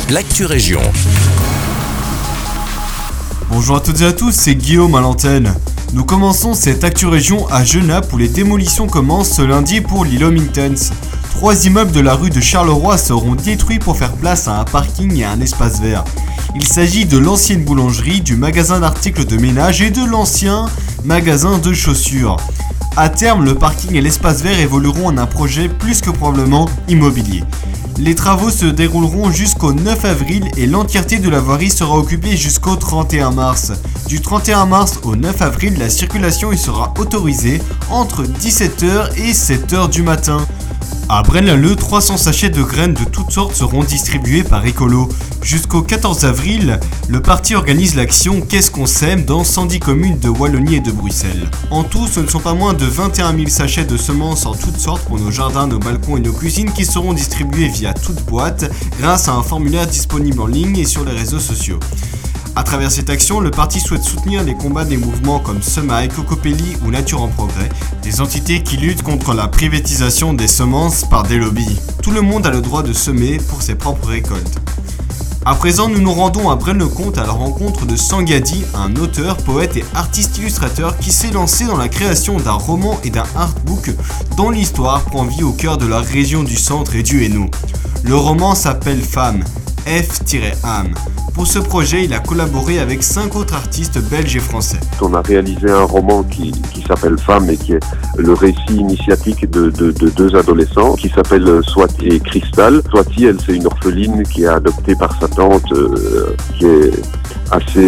l'actu région. Bonjour à toutes et à tous, c'est Guillaume à l'antenne. Nous commençons cette actu région à Genappe où les démolitions commencent ce lundi pour l'îlot Mintense. 3 immeubles de la rue de Charleroi seront détruits pour faire place à un parking et à un espace vert. Il s'agit de l'ancienne boulangerie, du magasin d'articles de ménage et de l'ancien magasin de chaussures. À terme, le parking et l'espace vert évolueront en un projet plus que probablement immobilier. Les travaux se dérouleront jusqu'au 9 avril et l'entièreté de la voirie sera occupée jusqu'au 31 mars. Du 31 mars au 9 avril, la circulation y sera autorisée entre 17h et 7h du matin. À Braine-l'Alleud, 300 sachets de graines de toutes sortes seront distribués par Écolo. Jusqu'au 14 avril, le parti organise l'action Qu'est-ce qu'on sème dans 110 communes de Wallonie et de Bruxelles. En tout, ce ne sont pas moins de 21 000 sachets de semences en toutes sortes pour nos jardins, nos balcons et nos cuisines qui seront distribués via toute boîte grâce à un formulaire disponible en ligne et sur les réseaux sociaux. À travers cette action, le parti souhaite soutenir les combats des mouvements comme Semaille, Cocopelli ou Nature en Progrès, des entités qui luttent contre la privatisation des semences par des lobbies. Tout le monde a le droit de semer pour ses propres récoltes. À présent, nous nous rendons à Braine-le-Comte à la rencontre de Sangadi, un auteur, poète et artiste illustrateur qui s'est lancé dans la création d'un roman et d'un artbook dont l'histoire prend vie au cœur de la région du Centre et du Hainaut. Le roman s'appelle Femme, F-âme. Pour ce projet, il a collaboré avec 5 autres artistes belges et français. On a réalisé un roman qui s'appelle Femme et qui est le récit initiatique de 2 adolescents qui s'appellent Swati et Cristal. Swati, elle, c'est une orpheline qui est adoptée par sa tante, qui est assez,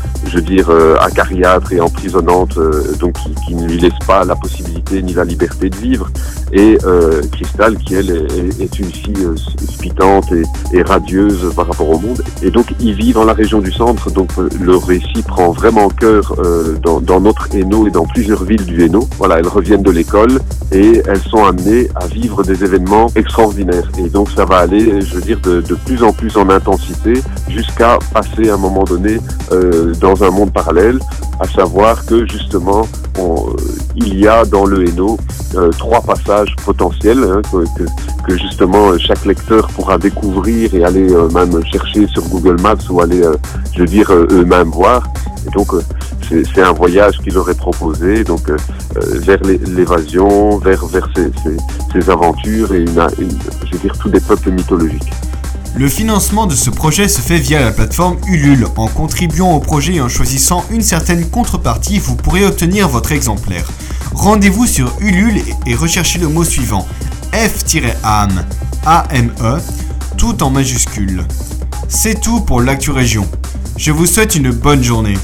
acariâtre et emprisonnante, donc qui ne lui laisse pas la possibilité ni la liberté de vivre. Et Cristal, qui elle est une fille spitante et radieuse par rapport au monde. Et donc ils vivent dans la région du Centre, donc le récit prend vraiment cœur dans notre Hainaut et dans plusieurs villes du Hainaut. Voilà, elles reviennent de l'école et elles sont amenées à vivre des événements extraordinaires. Et donc ça va aller, de plus en plus en intensité jusqu'à passer à un moment donné dans un monde parallèle, à savoir que justement il y a dans le Hainaut 3 passages potentiels que justement chaque lecteur pourra découvrir et aller même chercher sur Google Maps ou aller eux-mêmes voir. Et donc c'est un voyage qui leur est proposé donc vers l'évasion, vers ces aventures et tous des peuples mythologiques. Le financement de ce projet se fait via la plateforme Ulule. En contribuant au projet et en choisissant une certaine contrepartie, vous pourrez obtenir votre exemplaire. Rendez-vous sur Ulule et recherchez le mot suivant, F-âme, A-M-E, tout en majuscule. C'est tout pour l'actu région. Je vous souhaite une bonne journée.